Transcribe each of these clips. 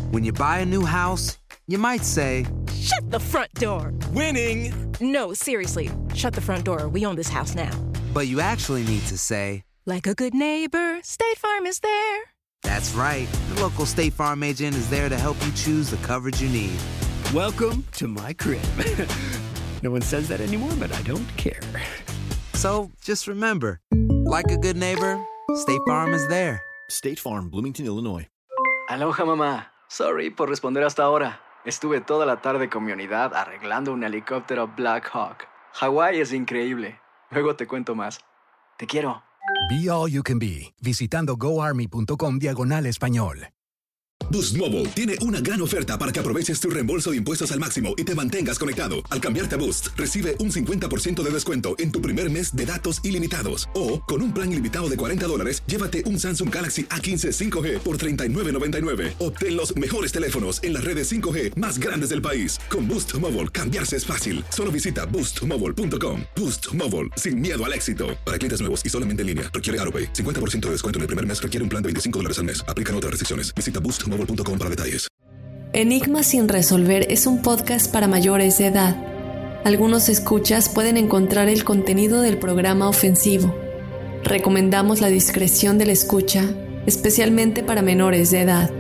When you buy a new house, you might say, "Shut the front door." Winning! No, seriously. Shut the front door. We own this house now. but you actually need to say, like a good neighbor, State Farm is there. That's right. The local State Farm agent is there to help you choose the coverage you need. Welcome to my crib. No one says that anymore, but I don't care. So just remember, like a good neighbor, State Farm is there. State Farm, Bloomington, Illinois. Aloha, mamá. Sorry por responder hasta ahora. Estuve toda la tarde con mi unidad arreglando un helicóptero Black Hawk. Hawái es increíble. Luego te cuento más. Te quiero. Be All You Can Be, visitando goarmy.com/español. Boost Mobile tiene una gran oferta para que aproveches tu reembolso de impuestos al máximo y te mantengas conectado. Al cambiarte a Boost, recibe un 50% de descuento en tu primer mes de datos ilimitados. O, con un plan ilimitado de $40, llévate un Samsung Galaxy A15 5G por $39.99. Obtén los mejores teléfonos en las redes 5G más grandes del país. Con Boost Mobile, cambiarse es fácil. Solo visita boostmobile.com. Boost Mobile, sin miedo al éxito. Para clientes nuevos y solamente en línea, requiere AutoPay. 50% de descuento en el primer mes requiere un plan de $25 al mes. Aplican otras restricciones. Visita boostmobile.com para detalles. Enigmas sin resolver es un podcast para mayores de edad. Algunos escuchas pueden encontrar el contenido del programa ofensivo. Recomendamos la discreción de la escucha, especialmente para menores de edad.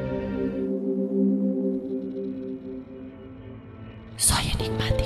Soy enigmático.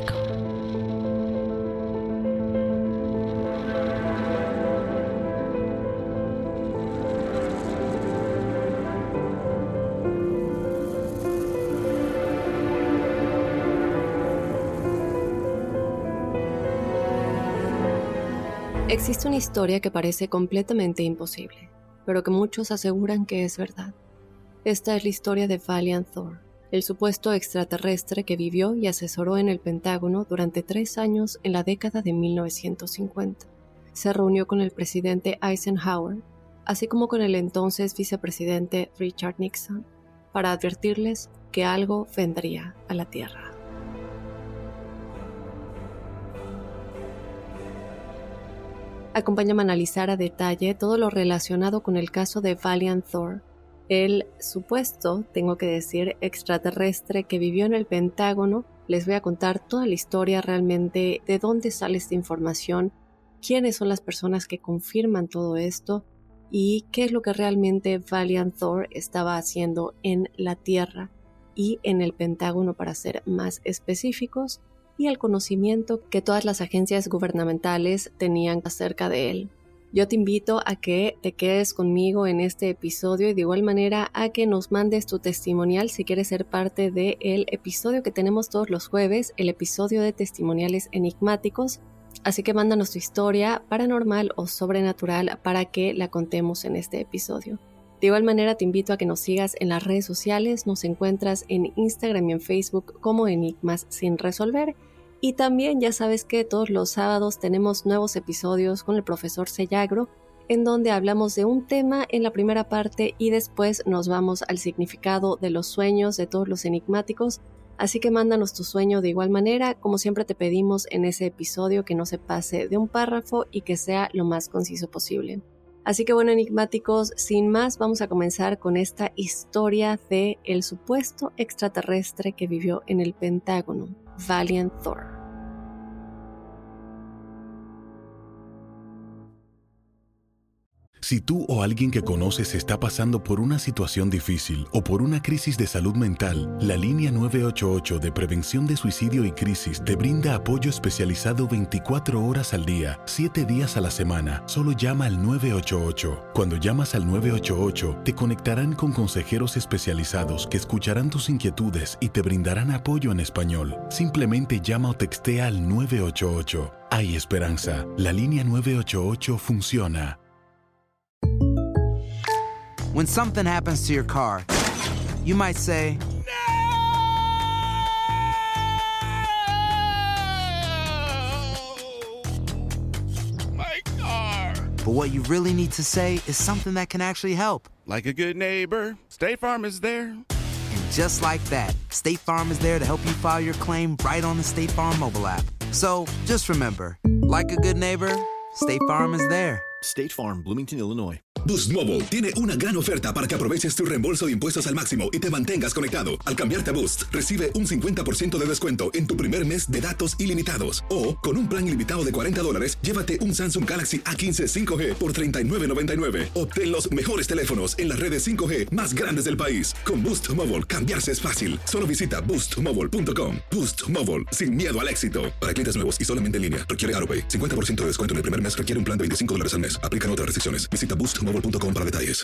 Existe una historia que parece completamente imposible, pero que muchos aseguran que es verdad. Esta es la historia de Valiant Thor, el supuesto extraterrestre que vivió y asesoró en el Pentágono durante 3 años en la década de 1950. Se reunió con el presidente Eisenhower, así como con el entonces vicepresidente Richard Nixon, para advertirles que algo vendría a la Tierra. Acompáñame a analizar a detalle todo lo relacionado con el caso de Valiant Thor, el supuesto, tengo que decir, extraterrestre que vivió en el Pentágono. Les voy a contar toda la historia realmente, de dónde sale esta información, quiénes son las personas que confirman todo esto y qué es lo que realmente Valiant Thor estaba haciendo en la Tierra y en el Pentágono, para ser más específicos, y el conocimiento que todas las agencias gubernamentales tenían acerca de él. Yo te invito a que te quedes conmigo en este episodio y de igual manera a que nos mandes tu testimonial si quieres ser parte del episodio que tenemos todos los jueves, el episodio de testimoniales enigmáticos. Así que mándanos tu historia paranormal o sobrenatural para que la contemos en este episodio. De igual manera te invito a que nos sigas en las redes sociales. Nos encuentras en Instagram y en Facebook como Enigmas sin resolver. Y también ya sabes que todos los sábados tenemos nuevos episodios con el profesor Sellagro, en donde hablamos de un tema en la primera parte y después nos vamos al significado de los sueños de todos los enigmáticos. Así que mándanos tu sueño de igual manera. Como siempre te pedimos en ese episodio que no se pase de un párrafo y que sea lo más conciso posible. Así que bueno, enigmáticos, sin más, vamos a comenzar con esta historia de el supuesto extraterrestre que vivió en el Pentágono, Valiant Thor. Si tú o alguien que conoces está pasando por una situación difícil o por una crisis de salud mental, la línea 988 de prevención de suicidio y crisis te brinda apoyo especializado 24 horas al día, 7 días a la semana. Solo llama al 988. Cuando llamas al 988, te conectarán con consejeros especializados que escucharán tus inquietudes y te brindarán apoyo en español. Simplemente llama o textea al 988. Hay esperanza. La línea 988 funciona. When something happens to your car, you might say, My car! but what you really need to say is something that can actually help. Like a good neighbor, State Farm is there. And just like that, State Farm is there to help you file your claim right on the State Farm mobile app. So just remember, like a good neighbor, State Farm is there. State Farm, Bloomington, Illinois. Boost Mobile tiene una gran oferta para que aproveches tu reembolso de impuestos al máximo y te mantengas conectado. Al cambiarte a Boost, recibe un 50% de descuento en tu primer mes de datos ilimitados. O, con un plan ilimitado de $40, llévate un Samsung Galaxy A15 5G por $39.99. Obtén los mejores teléfonos en las redes 5G más grandes del país. Con Boost Mobile, cambiarse es fácil. Solo visita boostmobile.com. Boost Mobile, sin miedo al éxito. Para clientes nuevos y solamente en línea, requiere AutoPay. 50% de descuento en el primer mes requiere un plan de $25 al mes. Aplican otras restricciones. Visita boostmobile.com para detalles.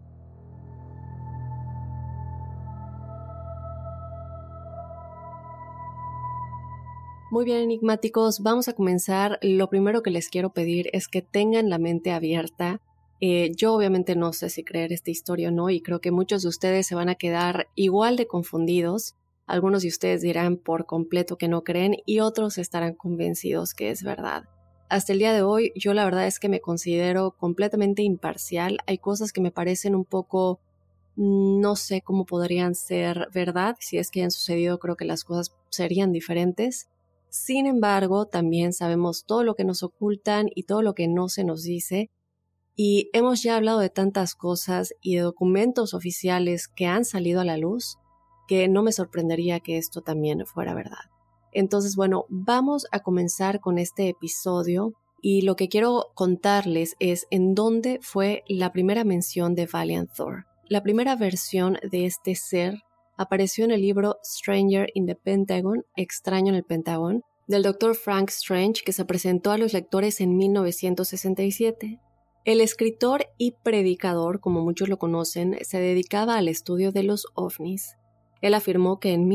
Muy bien, enigmáticos, vamos a comenzar. Lo primero que les quiero pedir es que tengan la mente abierta. Yo obviamente no sé si creer esta historia o no, y creo que muchos de ustedes se van a quedar igual de confundidos. Algunos de ustedes dirán por completo que no creen y otros estarán convencidos que es verdad. Hasta el día de hoy, yo la verdad es que me considero completamente imparcial. Hay cosas que me parecen un poco, no sé cómo podrían ser verdad. Si es que hayan sucedido, creo que las cosas serían diferentes. Sin embargo, también sabemos todo lo que nos ocultan y todo lo que no se nos dice. Y hemos ya hablado de tantas cosas y de documentos oficiales que han salido a la luz que no me sorprendería que esto también fuera verdad. Entonces, bueno, vamos a comenzar con este episodio y lo que quiero contarles es en dónde fue la primera mención de Valiant Thor. La primera versión de este ser apareció en el libro Stranger in the Pentagon, Extraño en el Pentágono, del Dr. Frank Strange, que se presentó a los lectores en 1967. El escritor y predicador, como muchos lo conocen, se dedicaba al estudio de los ovnis. Él afirmó que en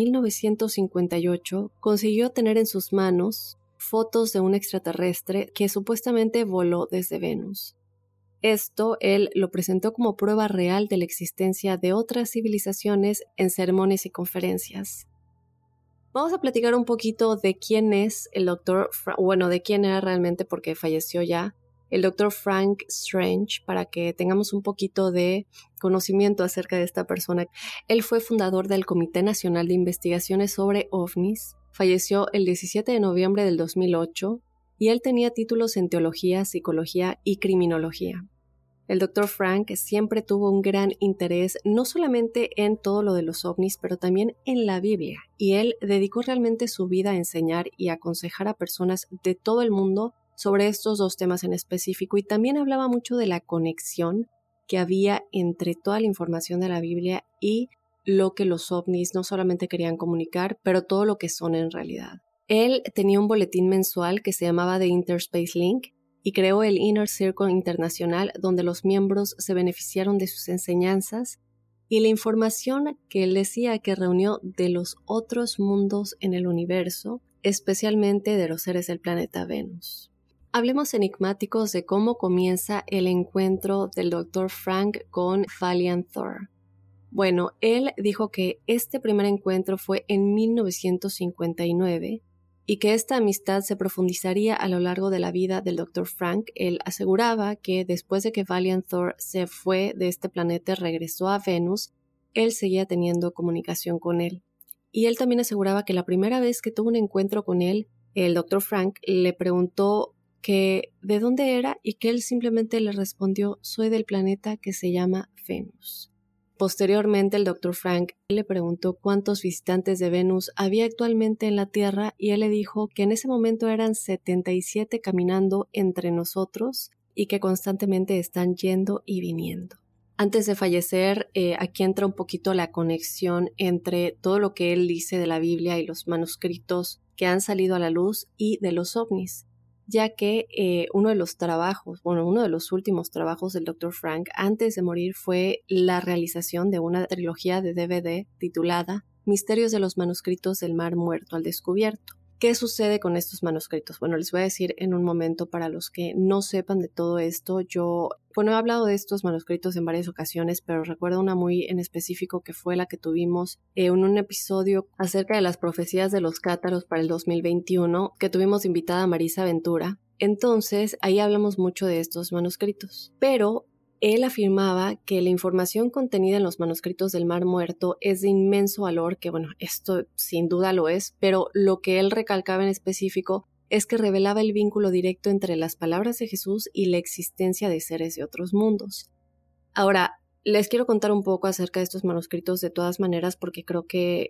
1958 consiguió tener en sus manos fotos de un extraterrestre que supuestamente voló desde Venus. Esto él lo presentó como prueba real de la existencia de otras civilizaciones en sermones y conferencias. Vamos a platicar un poquito de quién es el doctor, de quién era realmente porque falleció ya, el Dr. Frank Strange, para que tengamos un poquito de conocimiento acerca de esta persona. Él fue fundador del Comité Nacional de Investigaciones sobre OVNIs, falleció el 17 de noviembre del 2008 y él tenía títulos en teología, psicología y criminología. El Dr. Frank siempre tuvo un gran interés no solamente en todo lo de los ovnis, pero también en la Biblia, y él dedicó realmente su vida a enseñar y aconsejar a personas de todo el mundo sobre estos dos temas en específico, y también hablaba mucho de la conexión que había entre toda la información de la Biblia y lo que los ovnis no solamente querían comunicar, pero todo lo que son en realidad. Él tenía un boletín mensual que se llamaba The Interspace Link y creó el Inner Circle Internacional, donde los miembros se beneficiaron de sus enseñanzas y la información que él decía que reunió de los otros mundos en el universo, especialmente de los seres del planeta Venus. Hablemos enigmáticos de cómo comienza el encuentro del Dr. Frank con Valiant Thor. Bueno, él dijo que este primer encuentro fue en 1959 y que esta amistad se profundizaría a lo largo de la vida del Dr. Frank. Él aseguraba que después de que Valiant Thor se fue de este planeta y regresó a Venus, él seguía teniendo comunicación con él. Y él también aseguraba que la primera vez que tuvo un encuentro con él, el Dr. Frank le preguntó que de dónde era y que él simplemente le respondió: soy del planeta que se llama Venus. Posteriormente el Dr. Frank le preguntó cuántos visitantes de Venus había actualmente en la Tierra y él le dijo que en ese momento eran 77 caminando entre nosotros y que constantemente están yendo y viniendo. Antes de fallecer, aquí entra un poquito la conexión entre todo lo que él dice de la Biblia y los manuscritos que han salido a la luz y de los ovnis, ya que uno de los últimos trabajos del Dr. Frank antes de morir fue la realización de una trilogía de DVD titulada Misterios de los manuscritos del Mar Muerto al Descubierto. ¿Qué sucede con estos manuscritos? Bueno, les voy a decir en un momento para los que no sepan de todo esto. He hablado de estos manuscritos en varias ocasiones, pero recuerdo una muy en específico que fue la que tuvimos en un episodio acerca de las profecías de los cátaros para el 2021, que tuvimos invitada a Marisa Ventura. Entonces, ahí hablamos mucho de estos manuscritos. Pero él afirmaba que la información contenida en los manuscritos del Mar Muerto es de inmenso valor, que esto sin duda lo es, pero lo que él recalcaba en específico es que revelaba el vínculo directo entre las palabras de Jesús y la existencia de seres de otros mundos. Ahora, les quiero contar un poco acerca de estos manuscritos de todas maneras porque creo que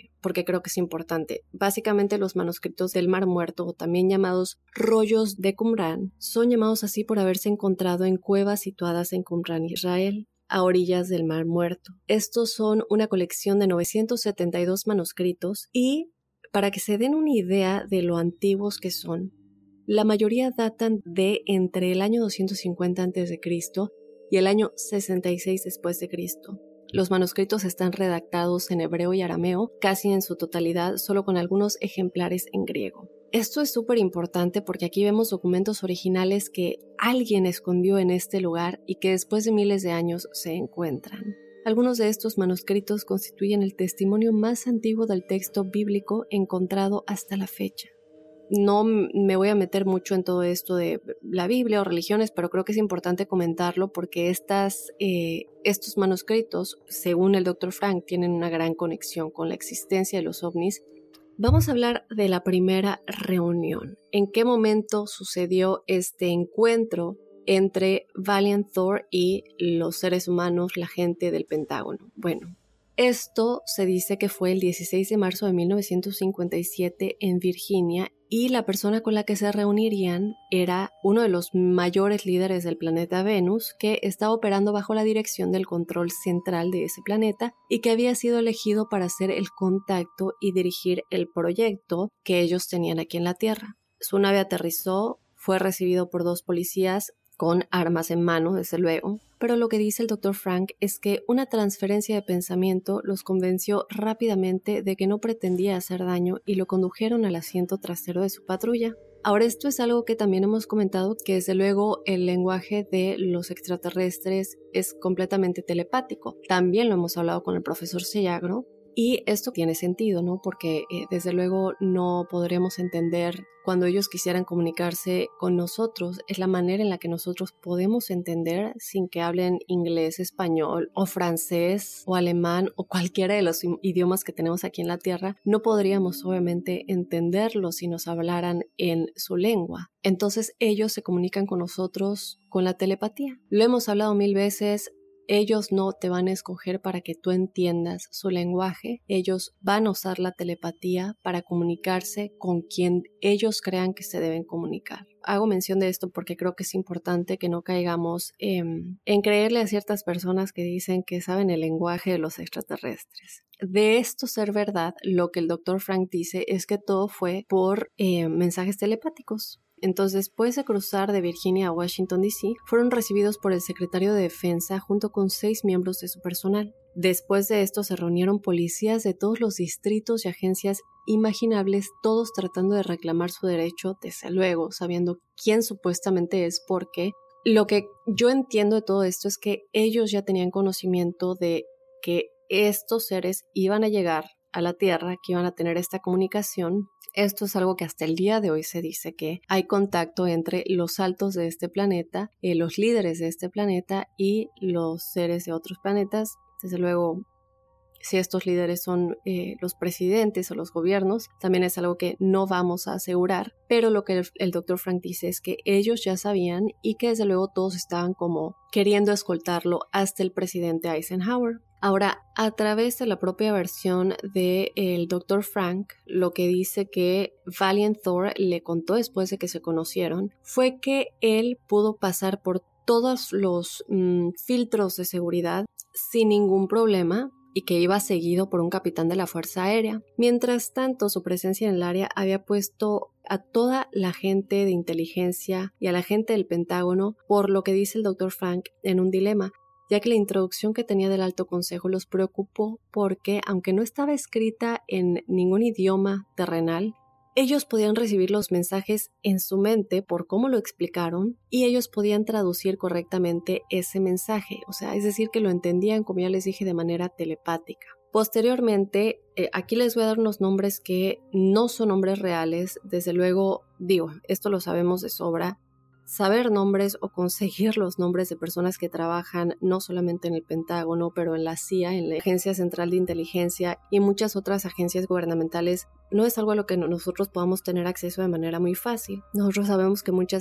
es importante. Básicamente los manuscritos del Mar Muerto, o también llamados rollos de Qumrán, son llamados así por haberse encontrado en cuevas situadas en Qumrán, Israel, a orillas del Mar Muerto. Estos son una colección de 972 manuscritos y, para que se den una idea de lo antiguos que son, la mayoría datan de entre el año 250 a.C. y el año 66 después de Cristo. Los manuscritos están redactados en hebreo y arameo, casi en su totalidad, solo con algunos ejemplares en griego. Esto es súper importante porque aquí vemos documentos originales que alguien escondió en este lugar y que después de miles de años se encuentran. Algunos de estos manuscritos constituyen el testimonio más antiguo del texto bíblico encontrado hasta la fecha. No me voy a meter mucho en todo esto de la Biblia o religiones, pero creo que es importante comentarlo porque estos manuscritos, según el Dr. Frank, tienen una gran conexión con la existencia de los ovnis. Vamos a hablar de la primera reunión. ¿En qué momento sucedió este encuentro entre Valiant Thor y los seres humanos, la gente del Pentágono? Bueno, esto se dice que fue el 16 de marzo de 1957 en Virginia y la persona con la que se reunirían era uno de los mayores líderes del planeta Venus que estaba operando bajo la dirección del control central de ese planeta y que había sido elegido para hacer el contacto y dirigir el proyecto que ellos tenían aquí en la Tierra. Su nave aterrizó, fue recibido por 2 policías con armas en mano, desde luego, pero lo que dice el Dr. Frank es que una transferencia de pensamiento los convenció rápidamente de que no pretendía hacer daño y lo condujeron al asiento trasero de su patrulla. Ahora, esto es algo que también hemos comentado, que desde luego el lenguaje de los extraterrestres es completamente telepático. También lo hemos hablado con el profesor Sellagro. Y esto tiene sentido, ¿no? Porque desde luego no podremos entender cuando ellos quisieran comunicarse con nosotros. Es la manera en la que nosotros podemos entender sin que hablen inglés, español o francés o alemán o cualquiera de los idiomas que tenemos aquí en la Tierra. No podríamos obviamente entenderlos si nos hablaran en su lengua. Entonces ellos se comunican con nosotros con la telepatía. Lo hemos hablado 1000 veces. Ellos no te van a escoger para que tú entiendas su lenguaje. Ellos van a usar la telepatía para comunicarse con quien ellos crean que se deben comunicar. Hago mención de esto porque creo que es importante que no caigamos en creerle a ciertas personas que dicen que saben el lenguaje de los extraterrestres. De esto ser verdad, lo que el Dr. Frank dice es que todo fue por mensajes telepáticos. Entonces, después de cruzar de Virginia a Washington, D.C., fueron recibidos por el secretario de Defensa junto con 6 miembros de su personal. Después de esto se reunieron policías de todos los distritos y agencias imaginables, todos tratando de reclamar su derecho, desde luego, sabiendo quién supuestamente es, porque lo que yo entiendo de todo esto es que ellos ya tenían conocimiento de que estos seres iban a llegar a la Tierra, que iban a tener esta comunicación. Esto es algo que hasta el día de hoy se dice que hay contacto entre los altos de este planeta, los líderes de este planeta y los seres de otros planetas. Desde luego, si estos líderes son los presidentes o los gobiernos, también es algo que no vamos a asegurar, pero lo que el Dr. Frank dice es que ellos ya sabían y que desde luego todos estaban como queriendo escoltarlo hasta el presidente Eisenhower. Ahora, a través de la propia versión del Dr. Frank, lo que dice que Valiant Thor le contó después de que se conocieron fue que él pudo pasar por todos los filtros de seguridad sin ningún problema y que iba seguido por un capitán de la Fuerza Aérea. Mientras tanto, su presencia en el área había puesto a toda la gente de inteligencia y a la gente del Pentágono, por lo que dice el Dr. Frank, en un dilema, ya que la introducción que tenía del Alto Consejo los preocupó porque, aunque no estaba escrita en ningún idioma terrenal, ellos podían recibir los mensajes en su mente por cómo lo explicaron y ellos podían traducir correctamente ese mensaje, o sea, es decir, que lo entendían, como ya les dije, de manera telepática. Posteriormente, aquí les voy a dar unos nombres que no son nombres reales, desde luego, esto lo sabemos de sobra. Saber nombres o conseguir los nombres de personas que trabajan no solamente en el Pentágono, pero en la CIA, en la Agencia Central de Inteligencia y muchas otras agencias gubernamentales, no es algo a lo que nosotros podamos tener acceso de manera muy fácil. Nosotros sabemos que muchas de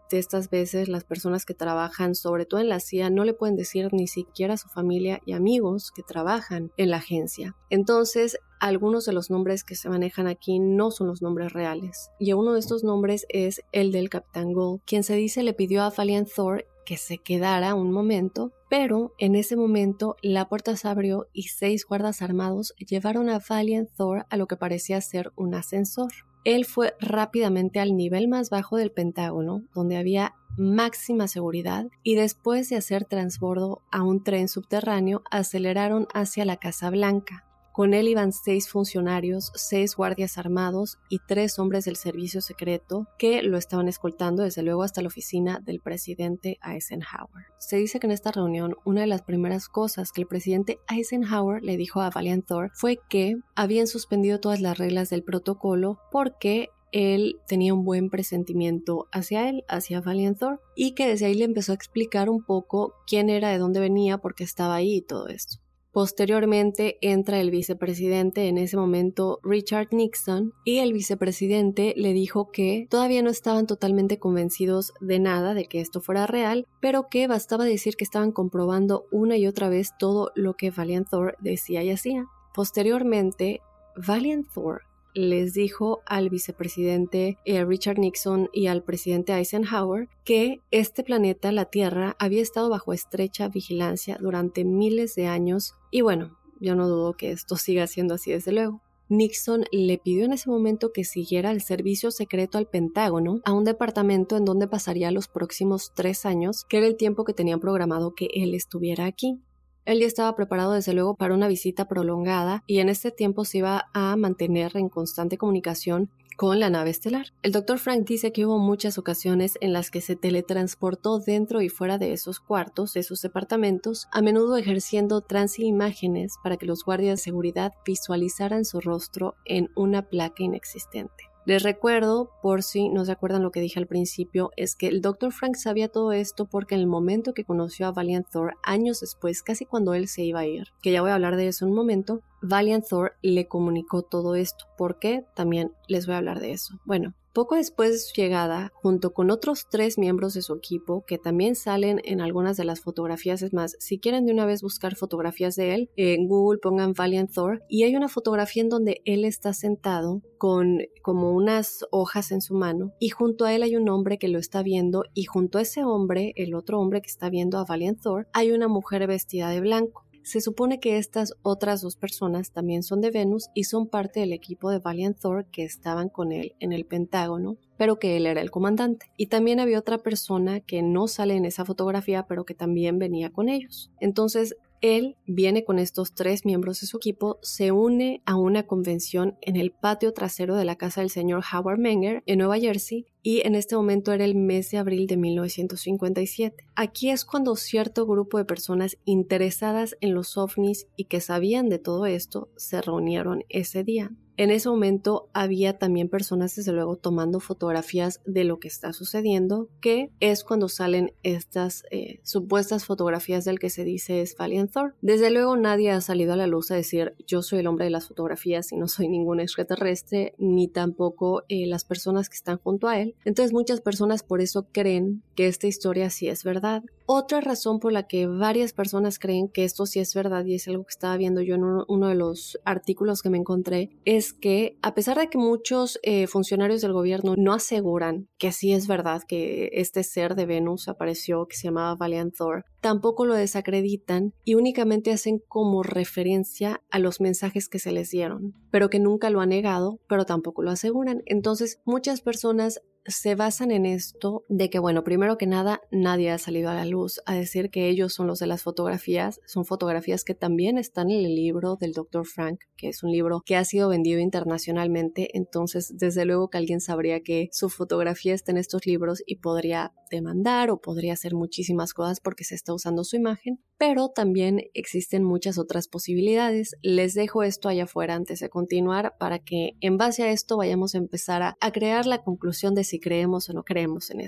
de estas veces las personas que trabajan, sobre todo en la CIA, no le pueden decir ni siquiera a su familia y amigos que trabajan en la agencia. Entonces, algunos de los nombres que se manejan aquí no son los nombres reales. Y uno de estos nombres es el del Capitán Gold, quien se dice le pidió a Valiant Thor que se quedara un momento, pero en ese momento la puerta se abrió y 6 guardas armados llevaron a Valiant Thor a lo que parecía ser un ascensor. Él fue rápidamente al nivel más bajo del Pentágono, donde había máxima seguridad, y después de hacer transbordo a un tren subterráneo, aceleraron hacia la Casa Blanca. Con él iban 6 funcionarios, 6 guardias armados y 3 hombres del servicio secreto que lo estaban escoltando desde luego hasta la oficina del presidente Eisenhower. Se dice que en esta reunión una de las primeras cosas que el presidente Eisenhower le dijo a Valiant Thor fue que habían suspendido todas las reglas del protocolo porque él tenía un buen presentimiento hacia él, hacia Valiant Thor, y que desde ahí le empezó a explicar un poco quién era, de dónde venía, por qué estaba ahí y todo esto. Posteriormente entra el vicepresidente, en ese momento Richard Nixon, y el vicepresidente le dijo que todavía no estaban totalmente convencidos de nada, de que esto fuera real, pero que bastaba decir que estaban comprobando una y otra vez todo lo que Valiant Thor decía y hacía. Posteriormente, Valiant Thor les dijo al vicepresidente Richard Nixon y al presidente Eisenhower que este planeta, la Tierra, había estado bajo estrecha vigilancia durante miles de años, y bueno, yo no dudo que esto siga siendo así desde luego. Nixon le pidió en ese momento que siguiera el servicio secreto al Pentágono, a un departamento en donde pasaría los próximos 3 años, que era el tiempo que tenían programado que él estuviera aquí. Él ya estaba preparado desde luego para una visita prolongada y en este tiempo se iba a mantener en constante comunicación con la nave estelar. El Dr. Frank dice que hubo muchas ocasiones en las que se teletransportó dentro y fuera de esos cuartos, de esos departamentos, a menudo ejerciendo transimágenes para que los guardias de seguridad visualizaran su rostro en una placa inexistente. Les recuerdo, por si no se acuerdan lo que dije al principio, es que el Dr. Frank sabía todo esto porque en el momento que conoció a Valiant Thor, años después, casi cuando él se iba a ir, que ya voy a hablar de eso en un momento, Valiant Thor le comunicó todo esto. ¿Por qué? También les voy a hablar de eso. Bueno, poco después de su llegada, junto con otros 3 miembros de su equipo, que también salen en algunas de las fotografías, es más, si quieren de una vez buscar fotografías de él, en Google pongan Valiant Thor, y hay una fotografía en donde él está sentado con como unas hojas en su mano, y junto a él hay un hombre que lo está viendo, y junto a ese hombre, el otro hombre que está viendo a Valiant Thor, hay una mujer vestida de blanco. Se supone que estas otras 2 personas también son de Venus y son parte del equipo de Valiant Thor que estaban con él en el Pentágono, pero que él era el comandante. Y también había otra persona que no sale en esa fotografía, pero que también venía con ellos. Entonces, él viene con estos 3 miembros de su equipo, se une a una convención en el patio trasero de la casa del señor Howard Menger en Nueva Jersey, y en este momento era el mes de abril de 1957. Aquí es cuando cierto grupo de personas interesadas en los ovnis y que sabían de todo esto se reunieron ese día. En ese momento había también personas desde luego tomando fotografías de lo que está sucediendo, que es cuando salen estas supuestas fotografías del que se dice es Valiant Thor. Desde luego nadie ha salido a la luz a decir yo soy el hombre de las fotografías y no soy ningún extraterrestre, ni tampoco las personas que están junto a él. Entonces muchas personas por eso creen que esta historia sí es verdad. Otra razón por la que varias personas creen que esto sí es verdad, y es algo que estaba viendo yo en uno de los artículos que me encontré, es que a pesar de que muchos funcionarios del gobierno no aseguran que sí es verdad que este ser de Venus apareció que se llamaba Valiant Thor, tampoco lo desacreditan y únicamente hacen como referencia a los mensajes que se les dieron, pero que nunca lo han negado, pero tampoco lo aseguran. Entonces muchas personas se basan en esto de que, bueno, primero que nada, nadie ha salido a la luz a decir que ellos son los de las fotografías. Son fotografías que también están en el libro del Dr. Frank, que es un libro que ha sido vendido internacionalmente. Entonces, desde luego que alguien sabría que su fotografía está en estos libros y podría demandar o podría hacer muchísimas cosas porque se está usando su imagen. Pero también existen muchas otras posibilidades. Les dejo esto allá afuera antes de continuar para que en base a esto vayamos a empezar a crear la conclusión de si creemos o no creemos en esto.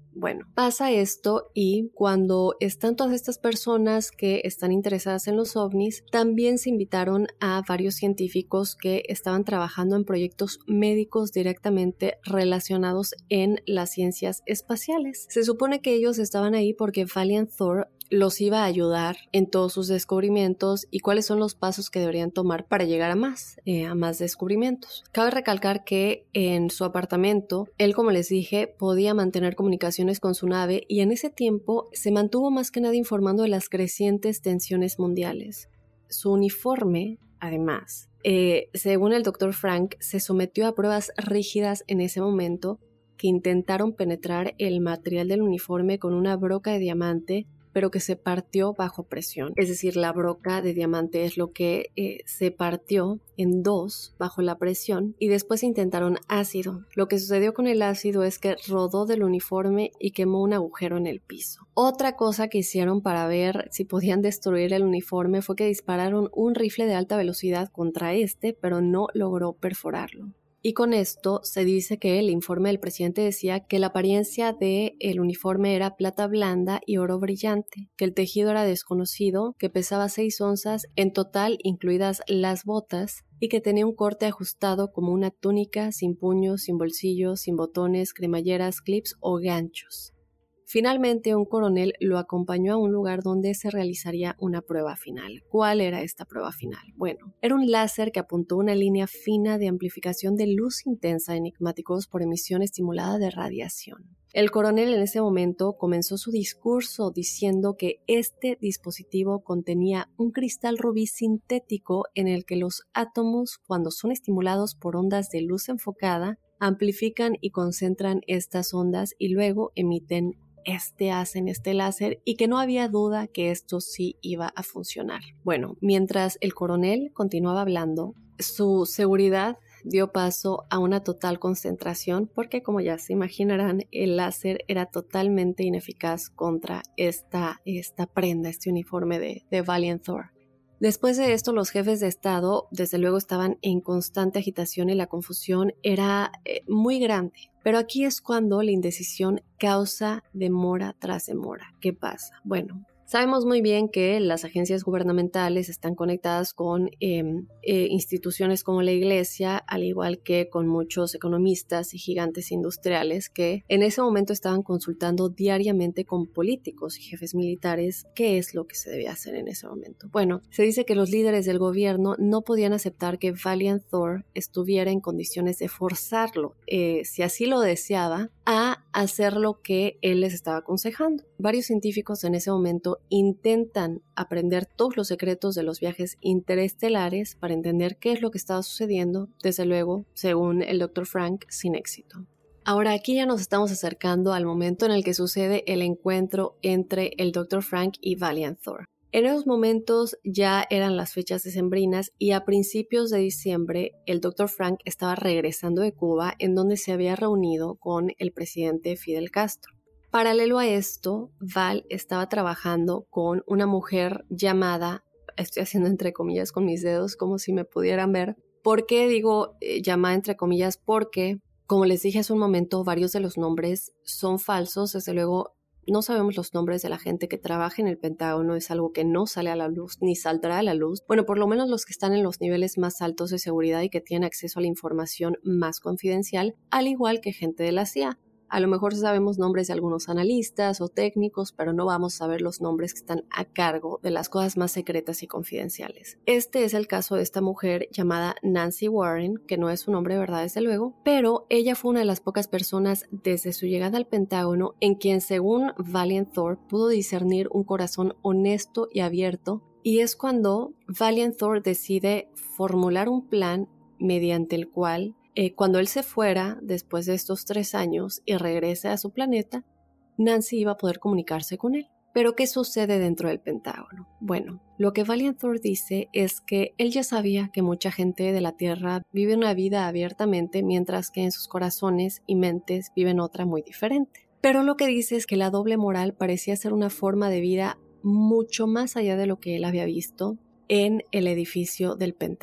Bueno, pasa esto y cuando están todas estas personas que están interesadas en los ovnis, también se invitaron a varios científicos que estaban trabajando en proyectos médicos directamente relacionados en las ciencias espaciales. Se supone que ellos estaban ahí porque Valiant Thor los iba a ayudar en todos sus descubrimientos y cuáles son los pasos que deberían tomar para llegar a más descubrimientos. Cabe recalcar que en su apartamento, él, como les dije, podía mantener comunicaciones con su nave y en ese tiempo se mantuvo más que nada informando de las crecientes tensiones mundiales. Su uniforme, además, según el Dr. Frank, se sometió a pruebas rígidas en ese momento que intentaron penetrar el material del uniforme con una broca de diamante, pero que se partió bajo presión. Es decir, la broca de diamante es lo que se partió en dos bajo la presión y después intentaron ácido. Lo que sucedió con el ácido es que rodó del uniforme y quemó un agujero en el piso. Otra cosa que hicieron para ver si podían destruir el uniforme fue que dispararon un rifle de alta velocidad contra pero no logró perforarlo. Y con esto se dice que el informe del presidente decía que la apariencia del uniforme era plata blanda y oro brillante, que el tejido era desconocido, que pesaba 6 onzas en total, incluidas las botas, y que tenía un corte ajustado como una túnica, sin puños, sin bolsillos, sin botones, cremalleras, clips o ganchos. Finalmente, un coronel lo acompañó a un lugar donde se realizaría una prueba final. ¿Cuál era esta prueba final? Bueno, era un láser que apuntó una línea fina de amplificación de luz intensa enigmáticos por emisión estimulada de radiación. El coronel en ese momento comenzó su discurso diciendo que este dispositivo contenía un cristal rubí sintético en el que los átomos, cuando son estimulados por ondas de luz enfocada, amplifican y concentran estas ondas y luego emiten hacen este láser y que no había duda que esto sí iba a funcionar. Bueno, mientras el coronel continuaba hablando, su seguridad dio paso a una total concentración porque, como ya se imaginarán, el láser era totalmente ineficaz contra esta prenda, este uniforme de Valiant Thor. Después de esto, los jefes de Estado, desde luego, estaban en constante agitación y la confusión era muy grande. Pero aquí es cuando la indecisión causa demora tras demora. ¿Qué pasa? Bueno, sabemos muy bien que las agencias gubernamentales están conectadas con instituciones como la Iglesia, al igual que con muchos economistas y gigantes industriales que en ese momento estaban consultando diariamente con políticos y jefes militares qué es lo que se debía hacer en ese momento. Bueno, se dice que los líderes del gobierno no podían aceptar que Valiant Thor estuviera en condiciones de forzarlo, si así lo deseaba, a hacer lo que él les estaba aconsejando. Varios científicos en ese momento intentan aprender todos los secretos de los viajes interestelares para entender qué es lo que estaba sucediendo, desde luego, según el Dr. Frank, sin éxito. Ahora aquí ya nos estamos acercando al momento en el que sucede el encuentro entre el Dr. Frank y Valiant Thor. En esos momentos ya eran las fechas decembrinas y a principios de diciembre el Dr. Frank estaba regresando de Cuba, en donde se había reunido con el presidente Fidel Castro. Paralelo a esto, Val estaba trabajando con una mujer llamada, estoy haciendo entre comillas con mis dedos como si me pudieran ver. ¿Por qué digo llamada entre comillas? Porque, como les dije hace un momento, varios de los nombres son falsos. Desde luego, no sabemos los nombres de la gente que trabaja en el Pentágono, es algo que no sale a la luz ni saldrá a la luz. Bueno, por lo menos los que están en los niveles más altos de seguridad y que tienen acceso a la información más confidencial, al igual que gente de la CIA. A lo mejor sabemos nombres de algunos analistas o técnicos, pero no vamos a saber los nombres que están a cargo de las cosas más secretas y confidenciales. Este es el caso de esta mujer llamada Nancy Warren, que no es su nombre, ¿verdad? Desde luego, pero ella fue una de las pocas personas desde su llegada al Pentágono en quien, según Valiant Thor, pudo discernir un corazón honesto y abierto, y es cuando Valiant Thor decide formular un plan mediante el cual cuando él se fuera después de estos 3 años y regrese a su planeta, Nancy iba a poder comunicarse con él. ¿Pero qué sucede dentro del Pentágono? Bueno, lo que Valiant Thor dice es que él ya sabía que mucha gente de la Tierra vive una vida abiertamente, mientras que en sus corazones y mentes viven otra muy diferente. Pero lo que dice es que la doble moral parecía ser una forma de vida mucho más allá de lo que él había visto en el edificio del Pentágono.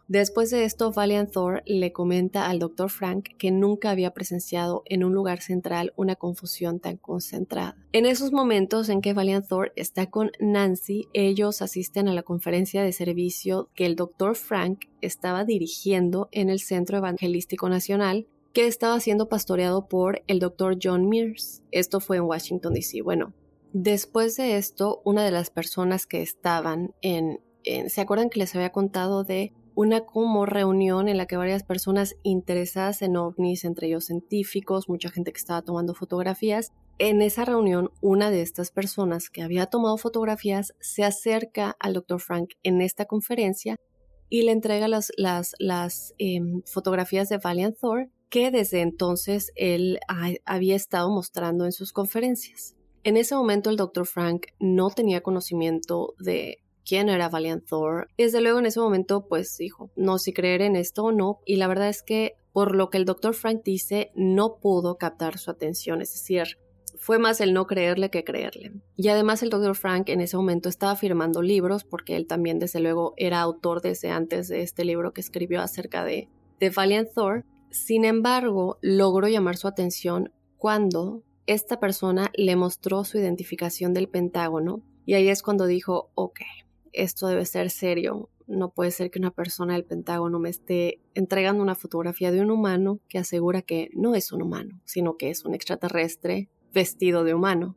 Después de esto, Valiant Thor le comenta al Dr. Frank que nunca había presenciado en un lugar central una confusión tan concentrada. En esos momentos en que Valiant Thor está con Nancy, ellos asisten a la conferencia de servicio que el Dr. Frank estaba dirigiendo en el Centro Evangelístico Nacional, que estaba siendo pastoreado por el Dr. John Mears. Esto fue en Washington, D.C. Bueno, después de esto, una de las personas que estaban ¿se acuerdan que les había contado de una como reunión en la que varias personas interesadas en ovnis, entre ellos científicos, mucha gente que estaba tomando fotografías? En esa reunión, una de estas personas que había tomado fotografías se acerca al Dr. Frank en esta conferencia y le entrega las fotografías de Valiant Thor que desde entonces él había estado mostrando en sus conferencias. En ese momento el Dr. Frank no tenía conocimiento de quién era Valiant Thor. Desde luego en ese momento pues dijo, no sé si creer en esto o no, y la verdad es que por lo que el Dr. Frank dice no pudo captar su atención, es decir, fue más el no creerle que creerle. Y además el Dr. Frank en ese momento estaba firmando libros porque él también desde luego era autor desde antes de este libro que escribió acerca de Valiant Thor. Sin embargo, logró llamar su atención cuando esta persona le mostró su identificación del Pentágono y ahí es cuando dijo, ok, esto debe ser serio, no puede ser que una persona del Pentágono me esté entregando una fotografía de un humano que asegura que no es un humano, sino que es un extraterrestre vestido de humano.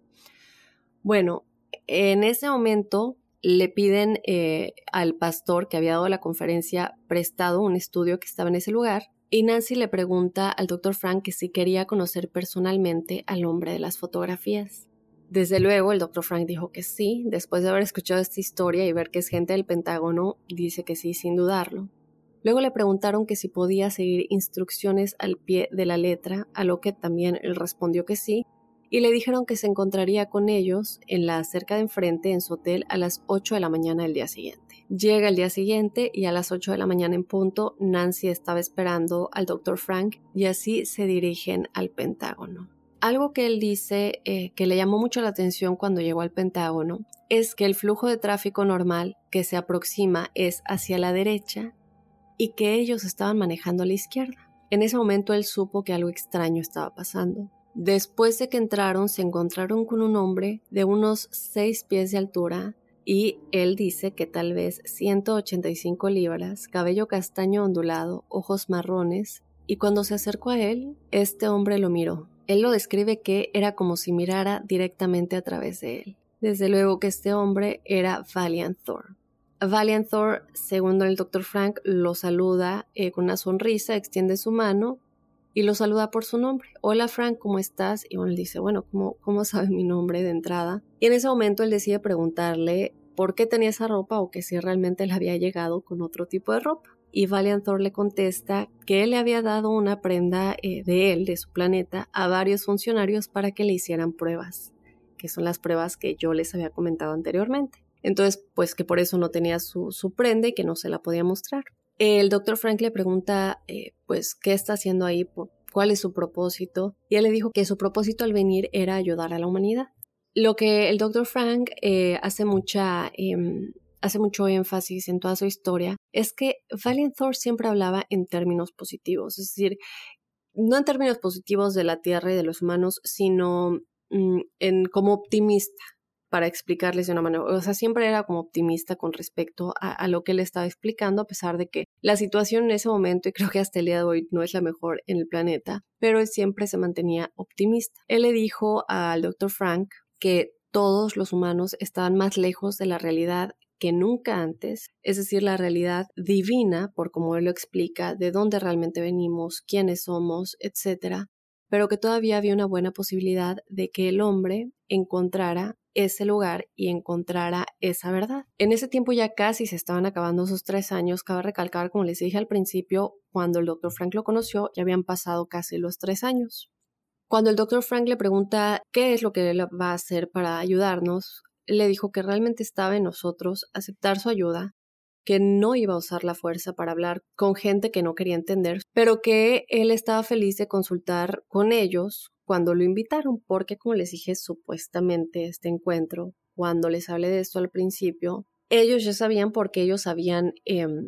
Bueno, en ese momento le piden al pastor que había dado la conferencia prestado un estudio que estaba en ese lugar y Nancy le pregunta al Dr. Frank que si quería conocer personalmente al hombre de las fotografías. Desde luego el Dr. Frank dijo que sí, después de haber escuchado esta historia y ver que es gente del Pentágono, dice que sí sin dudarlo. Luego le preguntaron que si podía seguir instrucciones al pie de la letra, a lo que también él respondió que sí, y le dijeron que se encontraría con ellos en la acera de enfrente en su hotel a las 8 de la mañana del día siguiente. Llega el día siguiente y a las 8 de la mañana en punto, Nancy estaba esperando al Dr. Frank y así se dirigen al Pentágono. Algo que él dice que le llamó mucho la atención cuando llegó al Pentágono es que el flujo de tráfico normal que se aproxima es hacia la derecha y que ellos estaban manejando a la izquierda. En ese momento él supo que algo extraño estaba pasando. Después de que entraron, se encontraron con un hombre de unos 6 pies de altura y él dice que tal vez 185 libras, cabello castaño ondulado, ojos marrones, y cuando se acercó a él, este hombre lo miró. Él lo describe que era como si mirara directamente a través de él. Desde luego que este hombre era Valiant Thor. Valiant Thor, según el Dr. Frank, lo saluda con una sonrisa, extiende su mano y lo saluda por su nombre. Hola Frank, ¿cómo estás? Y él dice, bueno, ¿cómo sabe mi nombre de entrada? Y en ese momento él decide preguntarle por qué tenía esa ropa o que si realmente le había llegado con otro tipo de ropa. Y Valiant Thor le contesta que él le había dado una prenda de su planeta, a varios funcionarios para que le hicieran pruebas, que son las pruebas que yo les había comentado anteriormente. Entonces, pues que por eso no tenía su prenda y que no se la podía mostrar. El Dr. Frank le pregunta, pues, ¿qué está haciendo ahí? ¿Cuál es su propósito? Y él le dijo que su propósito al venir era ayudar a la humanidad. Lo que el Dr. Frank hace mucho énfasis en toda su historia es que Valiant Thor siempre hablaba en términos positivos, es decir, no en términos positivos de la Tierra y de los humanos, sino como optimista, para explicarles de una manera. O sea, siempre era como optimista con respecto a lo que él estaba explicando, a pesar de que la situación en ese momento, y creo que hasta el día de hoy, no es la mejor en el planeta, pero él siempre se mantenía optimista. Él le dijo al Dr. Frank que todos los humanos estaban más lejos de la realidad que nunca antes, es decir, la realidad divina, por como él lo explica, de dónde realmente venimos, quiénes somos, etc., pero que todavía había una buena posibilidad de que el hombre encontrara ese lugar y encontrara esa verdad. En ese tiempo ya casi se estaban acabando sus 3 años, cabe recalcar, como les dije al principio, cuando el Dr. Frank lo conoció, ya habían pasado casi los 3 años. Cuando el Dr. Frank le pregunta qué es lo que él va a hacer para ayudarnos, le dijo que realmente estaba en nosotros aceptar su ayuda, que no iba a usar la fuerza para hablar con gente que no quería entender, pero que él estaba feliz de consultar con ellos cuando lo invitaron, porque como les dije, supuestamente este encuentro, cuando les hablé de esto al principio, ellos ya sabían porque ellos habían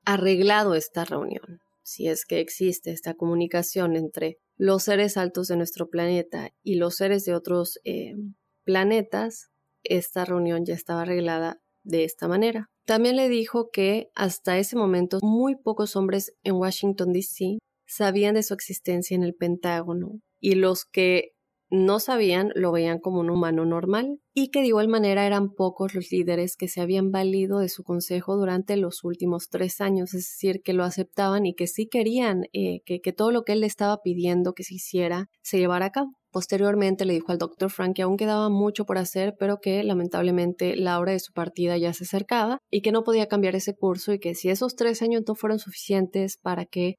arreglado esta reunión, si es que existe esta comunicación entre los seres altos de nuestro planeta y los seres de otros planetas, esta reunión ya estaba arreglada de esta manera. También le dijo que hasta ese momento muy pocos hombres en Washington, D.C. sabían de su existencia en el Pentágono y los que no sabían lo veían como un humano normal y que de igual manera eran pocos los líderes que se habían valido de su consejo durante los últimos 3 años, es decir, que lo aceptaban y que sí querían que todo lo que él le estaba pidiendo que se hiciera se llevara a cabo. Posteriormente le dijo al Dr. Frank que aún quedaba mucho por hacer, pero que lamentablemente la hora de su partida ya se acercaba y que no podía cambiar ese curso y que si esos 3 años no fueron suficientes para que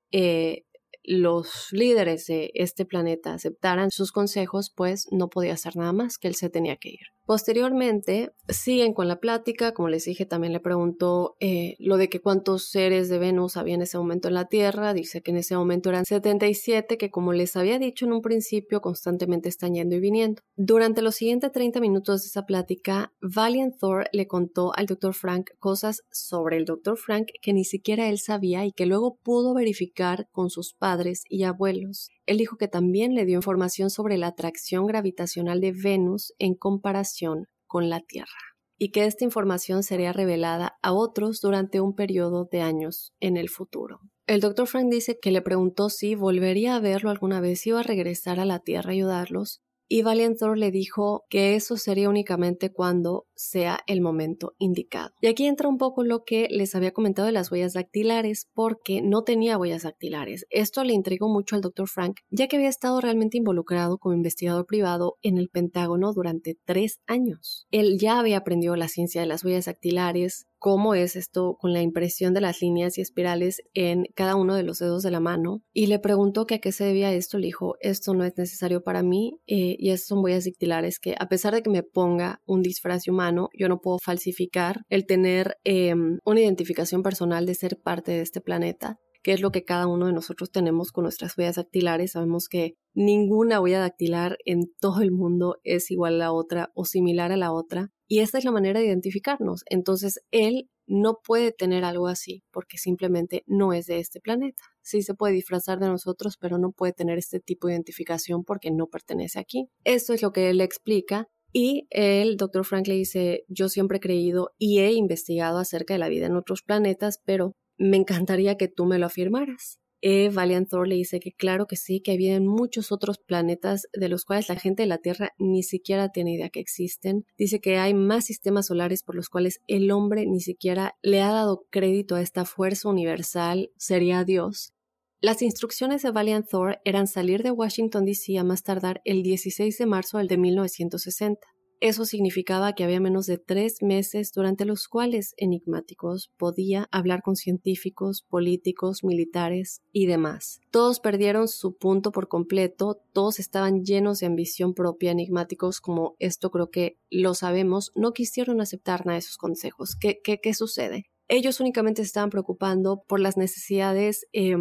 los líderes de este planeta aceptaran sus consejos, pues no podía hacer nada más, que él se tenía que ir. Posteriormente siguen con la plática, como les dije, también le preguntó lo de que cuántos seres de Venus había en ese momento en la Tierra. Dice que en ese momento eran 77, que como les había dicho en un principio, constantemente están yendo y viniendo. Durante los siguientes 30 minutos de esa plática, Valiant Thor le contó al Dr. Frank cosas sobre el Dr. Frank que ni siquiera él sabía y que luego pudo verificar con sus padres y abuelos. Él dijo que también le dio información sobre la atracción gravitacional de Venus en comparación con la Tierra y que esta información sería revelada a otros durante un periodo de años en el futuro. El Dr. Frank dice que le preguntó si volvería a verlo alguna vez, si iba a regresar a la Tierra a ayudarlos, y Valiant Thor le dijo que eso sería únicamente cuando sea el momento indicado. Y aquí entra un poco lo que les había comentado de las huellas dactilares, porque no tenía huellas dactilares. Esto le intrigó mucho al Dr. Frank, ya que había estado realmente involucrado como investigador privado en el Pentágono durante 3 años. Él ya había aprendido la ciencia de las huellas dactilares, cómo es esto con la impresión de las líneas y espirales en cada uno de los dedos de la mano, y le preguntó que a qué se debía esto. Le dijo, esto no es necesario para mí, y estas son huellas dactilares que a pesar de que me ponga un disfraz humano, yo no puedo falsificar el tener una identificación personal de ser parte de este planeta, que es lo que cada uno de nosotros tenemos con nuestras huellas dactilares. Sabemos que ninguna huella dactilar en todo el mundo es igual a la otra o similar a la otra, y esta es la manera de identificarnos. Entonces él no puede tener algo así porque simplemente no es de este planeta. Sí se puede disfrazar de nosotros, pero no puede tener este tipo de identificación porque no pertenece aquí. Esto es lo que él explica. Y el Dr. Frank le dice, yo siempre he creído y he investigado acerca de la vida en otros planetas, pero me encantaría que tú me lo afirmaras. Valiant Thor le dice que claro que sí, que había muchos otros planetas de los cuales la gente de la Tierra ni siquiera tiene idea que existen. Dice que hay más sistemas solares por los cuales el hombre ni siquiera le ha dado crédito a esta fuerza universal, sería Dios. Las instrucciones de Valiant Thor eran salir de Washington, D.C. a más tardar el 16 de marzo de 1960. Eso significaba que había menos de 3 meses durante los cuales Enigmáticos podía hablar con científicos, políticos, militares y demás. Todos perdieron su punto por completo, todos estaban llenos de ambición propia. Enigmáticos, como esto creo que lo sabemos, no quisieron aceptar nada de sus consejos. ¿Qué sucede? Ellos únicamente se estaban preocupando por las necesidades,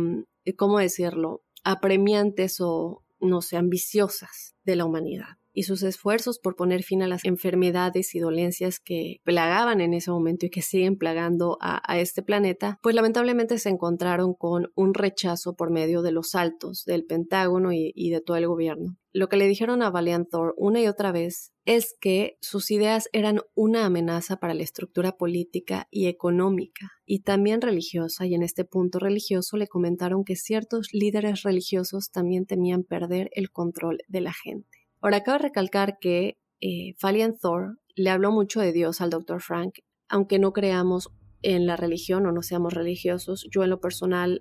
¿cómo decirlo?, apremiantes o, no sé, ambiciosas de la humanidad. Y sus esfuerzos por poner fin a las enfermedades y dolencias que plagaban en ese momento y que siguen plagando a este planeta, pues lamentablemente se encontraron con un rechazo por medio de los altos del Pentágono y de todo el gobierno. Lo que le dijeron a Valiant Thor una y otra vez es que sus ideas eran una amenaza para la estructura política y económica y también religiosa, y en este punto religioso le comentaron que ciertos líderes religiosos también temían perder el control de la gente. Ahora, cabe recalcar que Valiant Thor le habló mucho de Dios al Dr. Frank, aunque no creamos en la religión o no seamos religiosos. Yo en lo personal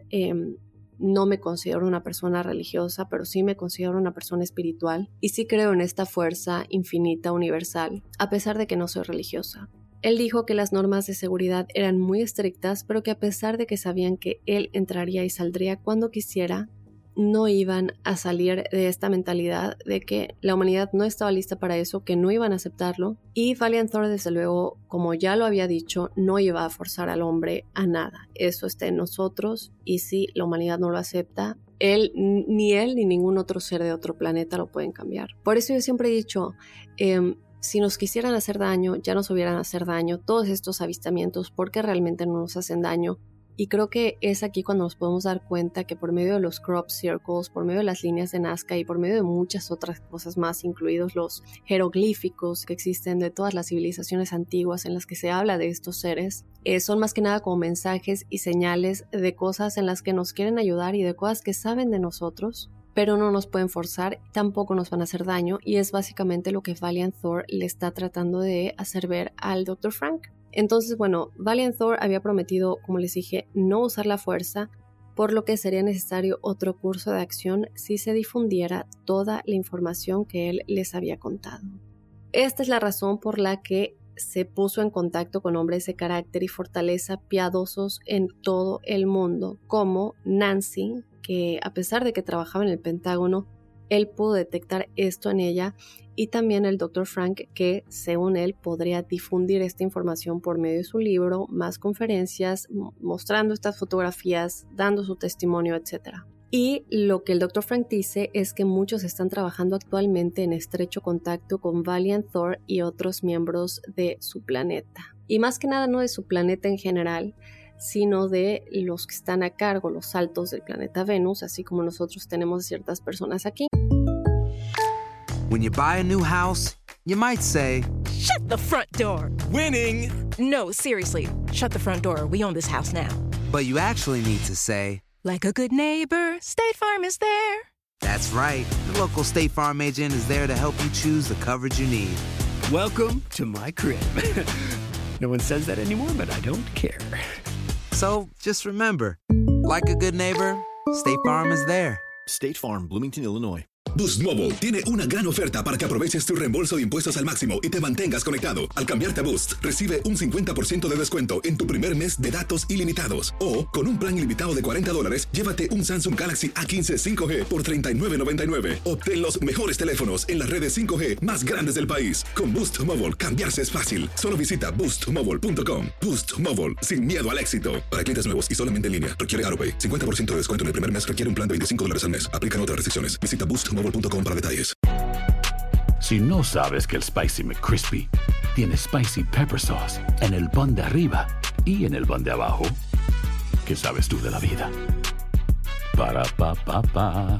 no me considero una persona religiosa, pero sí me considero una persona espiritual y sí creo en esta fuerza infinita, universal, a pesar de que no soy religiosa. Él dijo que las normas de seguridad eran muy estrictas, pero que a pesar de que sabían que él entraría y saldría cuando quisiera, no iban a salir de esta mentalidad de que la humanidad no estaba lista para eso, que no iban a aceptarlo. Y Valiant Thor, desde luego, como ya lo había dicho, no iba a forzar al hombre a nada. Eso está en nosotros, y si la humanidad no lo acepta, él ni ningún otro ser de otro planeta lo pueden cambiar. Por eso yo siempre he dicho, si nos quisieran hacer daño, ya nos hubieran hacer daño. Todos estos avistamientos, porque realmente no nos hacen daño, Y creo que es aquí cuando nos podemos dar cuenta que por medio de los crop circles, por medio de las líneas de Nazca y por medio de muchas otras cosas más, incluidos los jeroglíficos que existen de todas las civilizaciones antiguas en las que se habla de estos seres, son más que nada como mensajes y señales de cosas en las que nos quieren ayudar y de cosas que saben de nosotros, pero no nos pueden forzar, tampoco nos van a hacer daño, y es básicamente lo que Valiant Thor le está tratando de hacer ver al Dr. Frank. Entonces, bueno, Valiant Thor había prometido, como les dije, no usar la fuerza, por lo que sería necesario otro curso de acción si se difundiera toda la información que él les había contado. Esta es la razón por la que se puso en contacto con hombres de carácter y fortaleza piadosos en todo el mundo, como Nancy, que a pesar de que trabajaba en el Pentágono, él pudo detectar esto en ella, y también el Dr. Frank, que según él podría difundir esta información por medio de su libro, más conferencias, mostrando estas fotografías, dando su testimonio, etc. Y lo que el Dr. Frank dice es que muchos están trabajando actualmente en estrecho contacto con Valiant Thor y otros miembros de su planeta. Y más que nada no de su planeta en general, sino de los que están a cargo, los altos del planeta Venus, así como nosotros tenemos ciertas personas aquí. When you buy a new house, you might say, Shut the front door! Winning! No, seriously, shut the front door. We own this house now. but you actually need to say, Like a good neighbor, State Farm is there. That's right. The local State Farm agent is there to help you choose the coverage you need. Welcome to my crib. No one says that anymore, but I don't care. So just remember, like a good neighbor, State Farm is there. State Farm, Bloomington, Illinois. Boost Mobile tiene una gran oferta para que aproveches tu reembolso de impuestos al máximo y te mantengas conectado. Al cambiarte a Boost, recibe un 50% de descuento en tu primer mes de datos ilimitados. O, con un plan ilimitado de $40, llévate un Samsung Galaxy A15 5G por $39.99. Obtén los mejores teléfonos en las redes 5G más grandes del país. Con Boost Mobile, cambiarse es fácil. Solo visita boostmobile.com. Boost Mobile, sin miedo al éxito. Para clientes nuevos y solamente en línea, requiere AutoPay. 50% de descuento en el primer mes requiere un plan de $25 al mes. Aplican otras restricciones. Visita boostmobile.com para detalles. Si no sabes que el Spicy McCrispy tiene Spicy Pepper Sauce en el pan de arriba y en el pan de abajo, ¿qué sabes tú de la vida? Para, pa, pa, pa.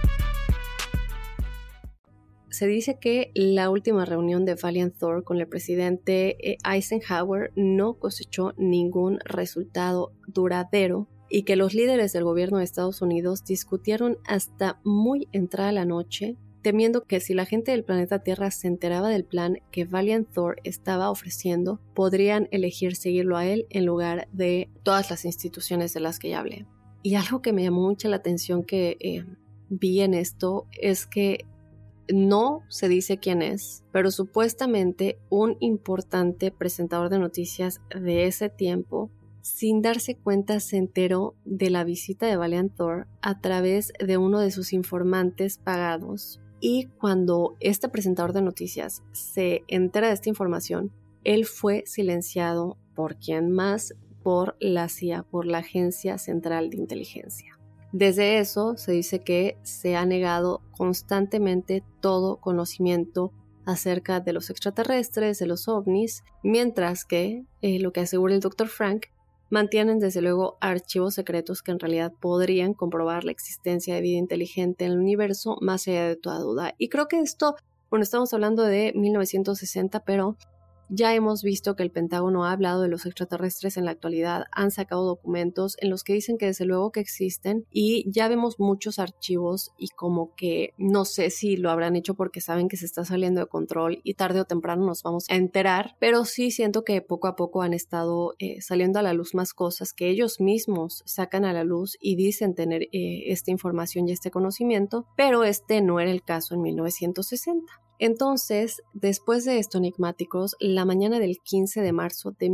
Se dice que la última reunión de Valiant Thor con el presidente Eisenhower no cosechó ningún resultado duradero y que los líderes del gobierno de Estados Unidos discutieron hasta muy entrada la noche, temiendo que si la gente del planeta Tierra se enteraba del plan que Valiant Thor estaba ofreciendo, podrían elegir seguirlo a él en lugar de todas las instituciones de las que ya hablé. Y algo que me llamó mucho la atención que vi en esto es que no se dice quién es, pero supuestamente un importante presentador de noticias de ese tiempo, sin darse cuenta, se enteró de la visita de Valiant Thor a través de uno de sus informantes pagados. Y cuando este presentador de noticias se entera de esta información, él fue silenciado por quién más, por la CIA, por la Agencia Central de Inteligencia. Desde eso se dice que se ha negado constantemente todo conocimiento acerca de los extraterrestres, de los ovnis, mientras que lo que asegura el Dr. Frank, mantienen desde luego archivos secretos que en realidad podrían comprobar la existencia de vida inteligente en el universo más allá de toda duda. Y creo que esto, bueno, estamos hablando de 1960, pero ya hemos visto que el Pentágono ha hablado de los extraterrestres en la actualidad, han sacado documentos en los que dicen que desde luego que existen y ya vemos muchos archivos y como que no sé si lo habrán hecho porque saben que se está saliendo de control y tarde o temprano nos vamos a enterar, pero sí siento que poco a poco han estado saliendo a la luz más cosas que ellos mismos sacan a la luz y dicen tener esta información y este conocimiento, pero este no era el caso en 1960. Entonces, después de esto, enigmáticos, la mañana del 15 de marzo de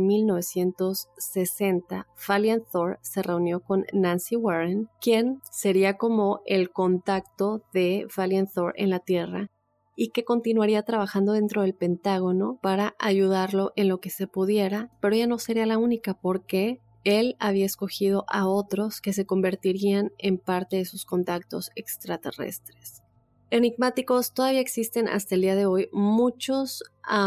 1960, Valiant Thor se reunió con Nancy Warren, quien sería como el contacto de Valiant Thor en la Tierra y que continuaría trabajando dentro del Pentágono para ayudarlo en lo que se pudiera, pero ella no sería la única porque él había escogido a otros que se convertirían en parte de sus contactos extraterrestres. Enigmáticos, todavía existen hasta el día de hoy muchos,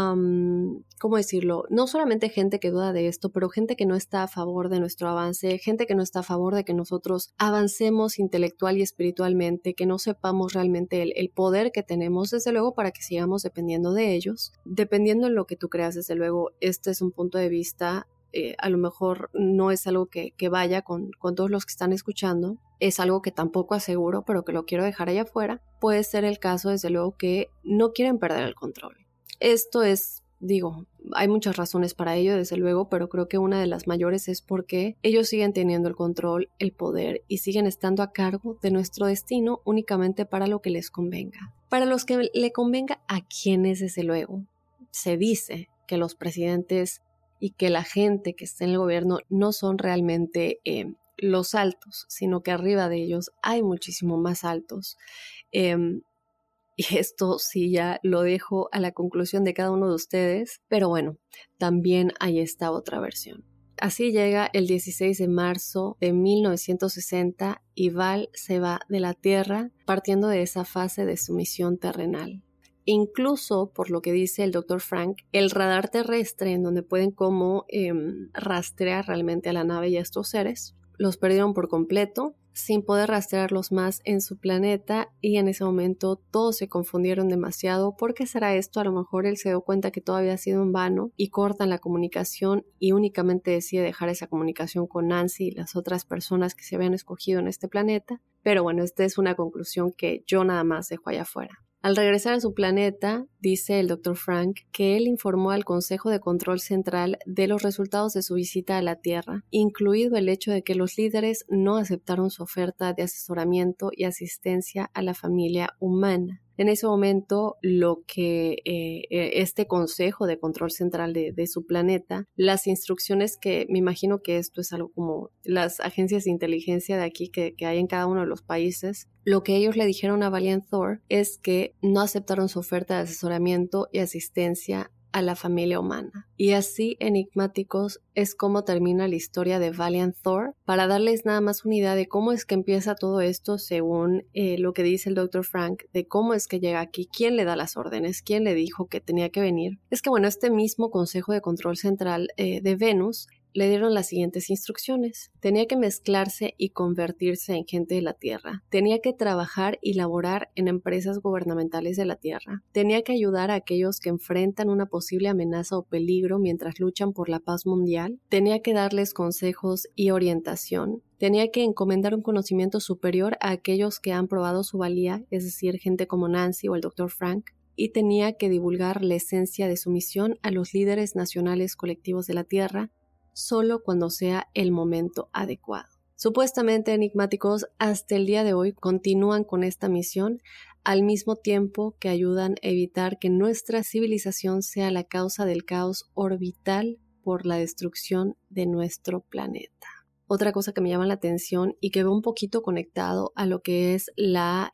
¿cómo decirlo? No solamente gente que duda de esto, pero gente que no está a favor de nuestro avance, gente que no está a favor de que nosotros avancemos intelectual y espiritualmente, que no sepamos realmente el poder que tenemos, desde luego, para que sigamos dependiendo de ellos. Dependiendo en lo que tú creas, desde luego, este es un punto de vista. A lo mejor no es algo que vaya con todos los que están escuchando, es algo que tampoco aseguro, pero que lo quiero dejar allá afuera. Puede ser el caso, desde luego, que no quieren perder el control. Esto es, digo, hay muchas razones para ello, desde luego, pero creo que una de las mayores es porque ellos siguen teniendo el control, el poder y siguen estando a cargo de nuestro destino únicamente para lo que les convenga. Para los que le convenga a quienes, desde luego, se dice que los presidentes y que la gente que está en el gobierno no son realmente los altos, sino que arriba de ellos hay muchísimo más altos. Y esto sí ya lo dejo a la conclusión de cada uno de ustedes, pero bueno, también hay esta otra versión. Así llega el 16 de marzo de 1960 y Val se va de la Tierra partiendo de esa fase de su misión terrenal. Incluso, por lo que dice el Dr. Frank, el radar terrestre en donde pueden como rastrear realmente a la nave y a estos seres, los perdieron por completo, sin poder rastrearlos más en su planeta, y en ese momento todos se confundieron demasiado. ¿Por qué será esto? A lo mejor él se dio cuenta que todo había sido en vano y cortan la comunicación y únicamente decide dejar esa comunicación con Nancy y las otras personas que se habían escogido en este planeta. Pero bueno, esta es una conclusión que yo nada más dejo allá afuera. Al regresar a su planeta, dice el Dr. Frank que él informó al Consejo de Control Central de los resultados de su visita a la Tierra, incluido el hecho de que los líderes no aceptaron su oferta de asesoramiento y asistencia a la familia humana. En ese momento, lo que este Consejo de Control Central de su planeta, las instrucciones que me imagino que esto es algo como las agencias de inteligencia de aquí que hay en cada uno de los países, lo que ellos le dijeron a Valiant Thor es que no aceptaron su oferta de asesoramiento y asistencia a la familia humana. Y así, enigmáticos, es como termina la historia de Valiant Thor. Para darles nada más una idea de cómo es que empieza todo esto según lo que dice el Dr. Frank, de cómo es que llega aquí, quién le da las órdenes, quién le dijo que tenía que venir. Es que bueno, este mismo Consejo de Control Central de Venus le dieron las siguientes instrucciones. Tenía que mezclarse y convertirse en gente de la Tierra. Tenía que trabajar y laborar en empresas gubernamentales de la Tierra. Tenía que ayudar a aquellos que enfrentan una posible amenaza o peligro mientras luchan por la paz mundial. Tenía que darles consejos y orientación. Tenía que encomendar un conocimiento superior a aquellos que han probado su valía, es decir, gente como Nancy o el Dr. Frank. Y tenía que divulgar la esencia de su misión a los líderes nacionales colectivos de la Tierra, solo cuando sea el momento adecuado. Supuestamente, enigmáticos, hasta el día de hoy continúan con esta misión, al mismo tiempo que ayudan a evitar que nuestra civilización sea la causa del caos orbital por la destrucción de nuestro planeta. Otra cosa que me llama la atención y que veo un poquito conectado a lo que es la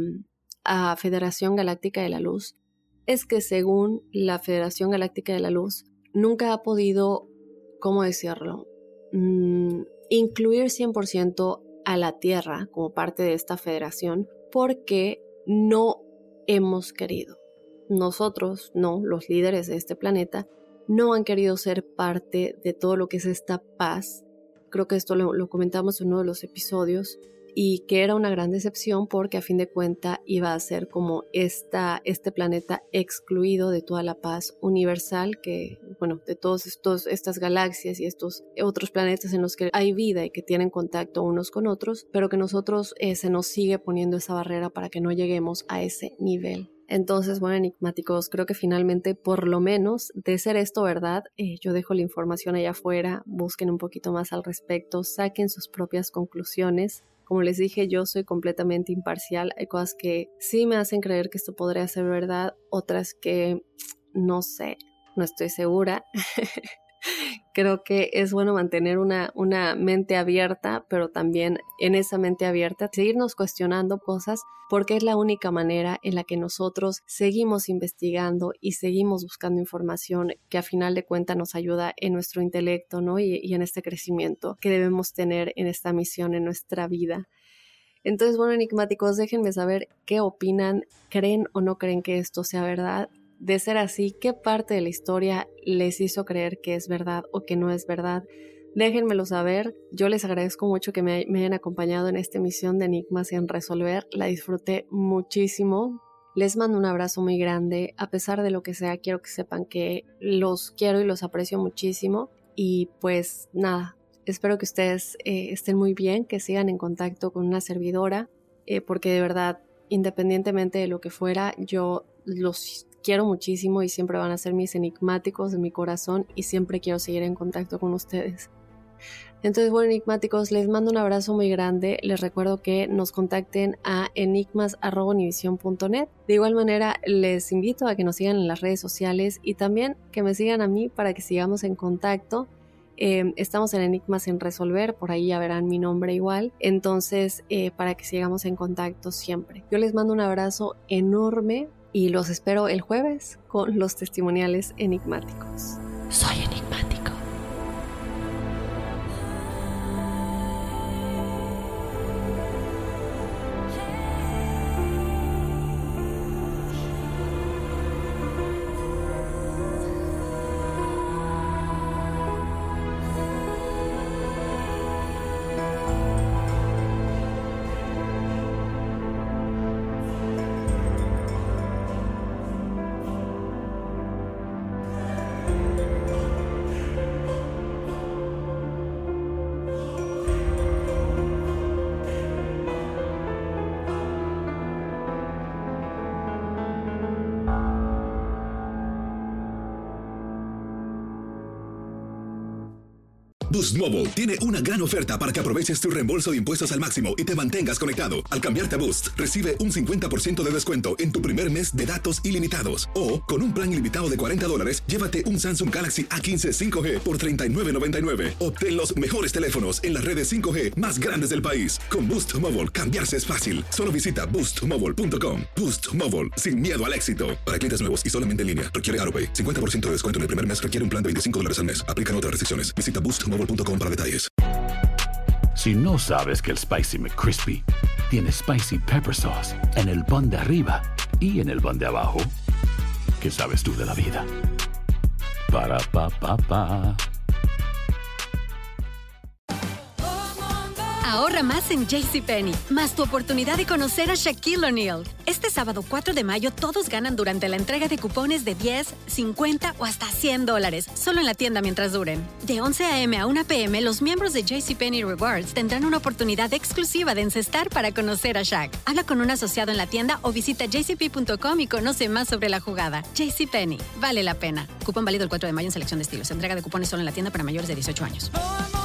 Federación Galáctica de la Luz, es que según la Federación Galáctica de la Luz, nunca ha podido, ¿cómo decirlo?, incluir 100% a la Tierra como parte de esta federación porque no hemos querido. Nosotros, no, los líderes de este planeta, no han querido ser parte de todo lo que es esta paz. Creo que esto lo comentamos en uno de los episodios y que era una gran decepción porque a fin de cuentas iba a ser como este planeta excluido de toda la paz universal que, bueno, de todas estas galaxias y estos otros planetas en los que hay vida y que tienen contacto unos con otros, pero que nosotros se nos sigue poniendo esa barrera para que no lleguemos a ese nivel. Entonces, bueno, enigmáticos, creo que finalmente, por lo menos, de ser esto verdad, yo dejo la información allá afuera, busquen un poquito más al respecto, saquen sus propias conclusiones. Como les dije, yo soy completamente imparcial. Hay cosas que sí me hacen creer que esto podría ser verdad, otras que no sé, no estoy segura. Creo que es bueno mantener una mente abierta, pero también en esa mente abierta seguirnos cuestionando cosas porque es la única manera en la que nosotros seguimos investigando y seguimos buscando información que a final de cuentas nos ayuda en nuestro intelecto, ¿no? Y en este crecimiento que debemos tener en esta misión en nuestra vida. Entonces, bueno, enigmáticos, déjenme saber qué opinan, creen o no creen que esto sea verdad. De ser así, ¿qué parte de la historia les hizo creer que es verdad o que no es verdad? Déjenmelo saber. Yo les agradezco mucho que me hayan acompañado en esta emisión de Enigmas sin resolver. La disfruté muchísimo. Les mando un abrazo muy grande. A pesar de lo que sea, quiero que sepan que los quiero y los aprecio muchísimo. Y pues nada, espero que ustedes estén muy bien, que sigan en contacto con una servidora, porque de verdad, independientemente de lo que fuera, yo los quiero muchísimo y siempre van a ser mis enigmáticos de mi corazón y siempre quiero seguir en contacto con ustedes. Entonces, bueno, enigmáticos, les mando un abrazo muy grande. Les recuerdo que nos contacten a enigmas@univision.net. De igual manera, les invito a que nos sigan en las redes sociales y también que me sigan a mí para que sigamos en contacto. Estamos en Enigmas sin resolver, por ahí ya verán mi nombre igual. Entonces, para que sigamos en contacto siempre. Yo les mando un abrazo enorme y los espero el jueves con los testimoniales enigmáticos. Soy enigmático. Boost Mobile tiene una gran oferta para que aproveches tu reembolso de impuestos al máximo y te mantengas conectado. Al cambiarte a Boost, recibe un 50% de descuento en tu primer mes de datos ilimitados. O, con un plan ilimitado de $40, llévate un Samsung Galaxy A15 5G por $39.99. Obtén los mejores teléfonos en las redes 5G más grandes del país. Con Boost Mobile, cambiarse es fácil. Solo visita boostmobile.com. Boost Mobile, sin miedo al éxito. Para clientes nuevos y solamente en línea, requiere AutoPay. 50% de descuento en el primer mes requiere un plan de $25 al mes. Aplican otras restricciones. Visita boostmobile.com para detalles. Si no sabes que el Spicy McCrispy tiene Spicy Pepper Sauce en el pan de arriba y en el pan de abajo, ¿qué sabes tú de la vida? Para, pa, pa, pa. Ahorra más en JCPenney, más tu oportunidad de conocer a Shaquille O'Neal. Este sábado 4 de mayo todos ganan durante la entrega de cupones de $10, $50 o hasta $100, solo en la tienda mientras duren. De 11 a.m. a 1 p.m., los miembros de JCPenney Rewards tendrán una oportunidad exclusiva de encestar para conocer a Shaq. Habla con un asociado en la tienda o visita jcp.com y conoce más sobre la jugada. JCPenney, vale la pena. Cupón válido el 4 de mayo en selección de estilos. Entrega de cupones solo en la tienda para mayores de 18 años.